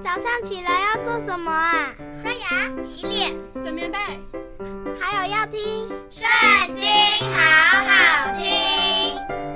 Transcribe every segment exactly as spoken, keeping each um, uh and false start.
早上起来要做什么啊？ 刷牙、洗脸、 整棉被， 还有要听《 圣经》，好好听。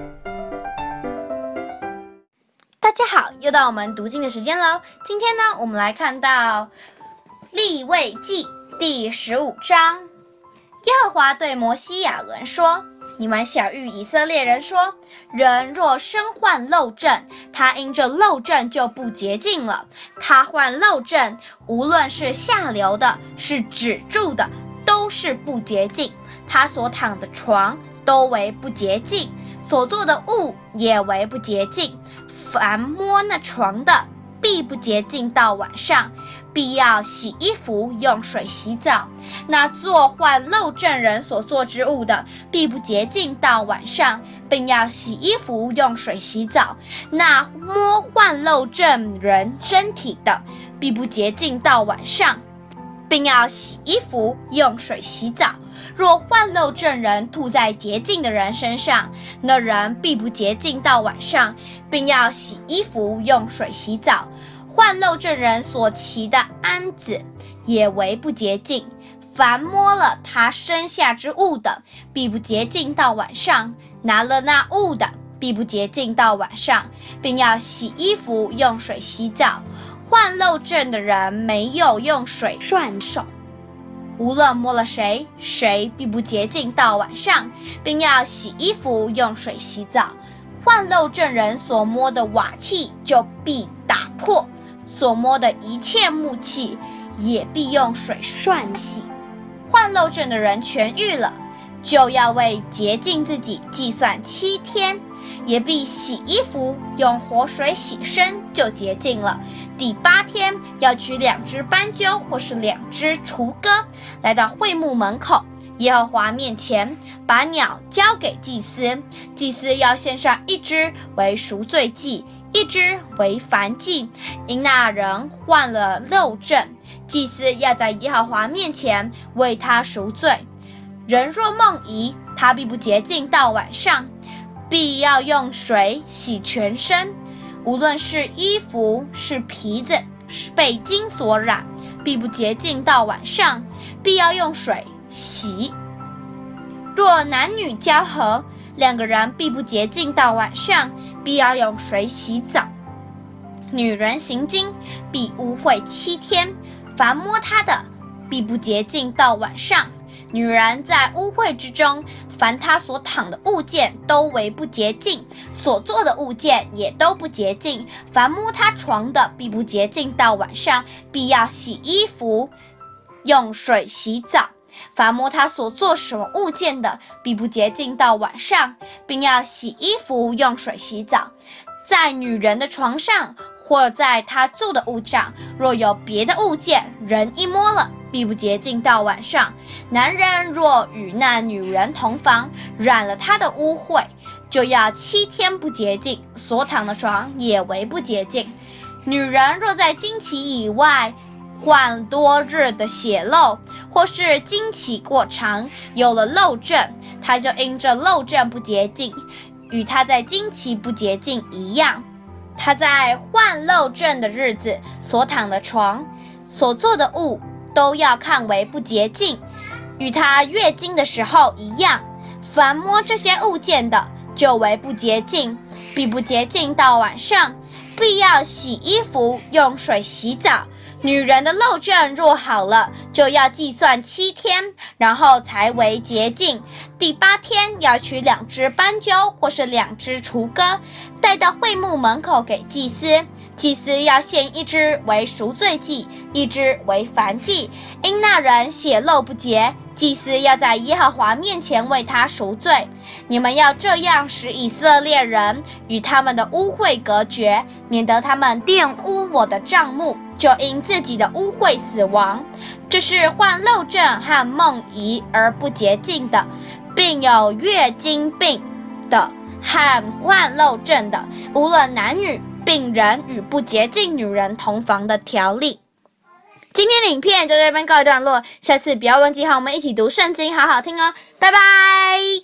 大家好，又到我们读经的时间喽。今天呢，我们来看到利未记第十五章。耶和华对摩西亚伦说：你们晓谕以色列人说，人若身患漏症，他因这漏症就不洁净了。他患漏症，无论是下流的，是止住的，都是不洁净。他所躺的床都为不洁净，所做的物也为不洁净。凡摸那床的，必不洁净到晚上，必要洗衣服，用水洗澡。那做患漏症人所做之物的，必不洁净到晚上，并要洗衣服，用水洗澡。那摸患漏症人身体的，必不洁净到晚上，并要洗衣服，用水洗澡。若患漏症人吐在洁净的人身上，那人必不洁净到晚上，并要洗衣服，用水洗澡。患漏症人所骑的鞍子也为不洁净。凡摸了他身下之物的，必不洁净到晚上；拿了那物的，必不洁净到晚上，并要洗衣服，用水洗澡。患漏症的人没有用水涮手，无论摸了谁，谁必不洁净到晚上，并要洗衣服，用水洗澡。患漏症人所摸的瓦器就必打破，所摸的一切木器也必用水涮洗。患漏症的人痊愈了，就要为洁净自己计算七天，也必洗衣服，用活水洗身，就洁净了。第八天要取两只斑鸠或是两只雏鸽，来到会幕门口，耶和华面前，把鸟交给祭司。祭司要献上一只为赎罪祭，一只为燔祭。因那人患了漏症，祭司要在耶和华面前为他赎罪。人若梦遗，他必不洁净到晚上，必要用水洗全身，无论是衣服，是皮子，是被金所染，必不洁净到晚上，必要用水洗。若男女交合，两个人必不洁净到晚上，必要用水洗澡。女人行经，必污秽七天，凡摸她的，必不洁净到晚上。女人在污秽之中，凡她所躺的物件都为不洁净，所做的物件也都不洁净。凡摸她床的，必不洁净到晚上，必要洗衣服，用水洗澡。凡摸他所做什么物件的，必不洁净到晚上，并要洗衣服，用水洗澡。在女人的床上，或在她做的物上，若有别的物件，人一摸了，必不洁净到晚上。男人若与那女人同房，染了她的污秽，就要七天不洁净，所躺的床也为不洁净。女人若在经期以外患多日的血漏，或是经期过长，有了漏症，她就因这漏症不洁净，与她在经期不洁净一样。她在患漏症的日子所躺的床，所做的物，都要看为不洁净，与她月经的时候一样。凡摸这些物件的，就为不洁净，必不洁净到晚上，必要洗衣服，用水洗澡。女人的漏症若好了，就要计算七天，然后才为洁净。第八天要取两只斑鸠或是两只雏鸽，带到会幕门口给祭司。祭司要献一只为赎罪祭，一只为燔祭。因那人血漏不洁，祭司要在耶和华面前为他赎罪。你们要这样使以色列人与他们的污秽隔绝，免得他们玷污我的帐幕，就因自己的污秽死亡。这是患漏症和梦遗而不洁净的，并有月经病的和患漏症的，无论男女，并人与不洁净女人同房的条例。今天的影片就到这边告一段落，下次不要忘记和我们一起读圣经，好好听哦，拜拜。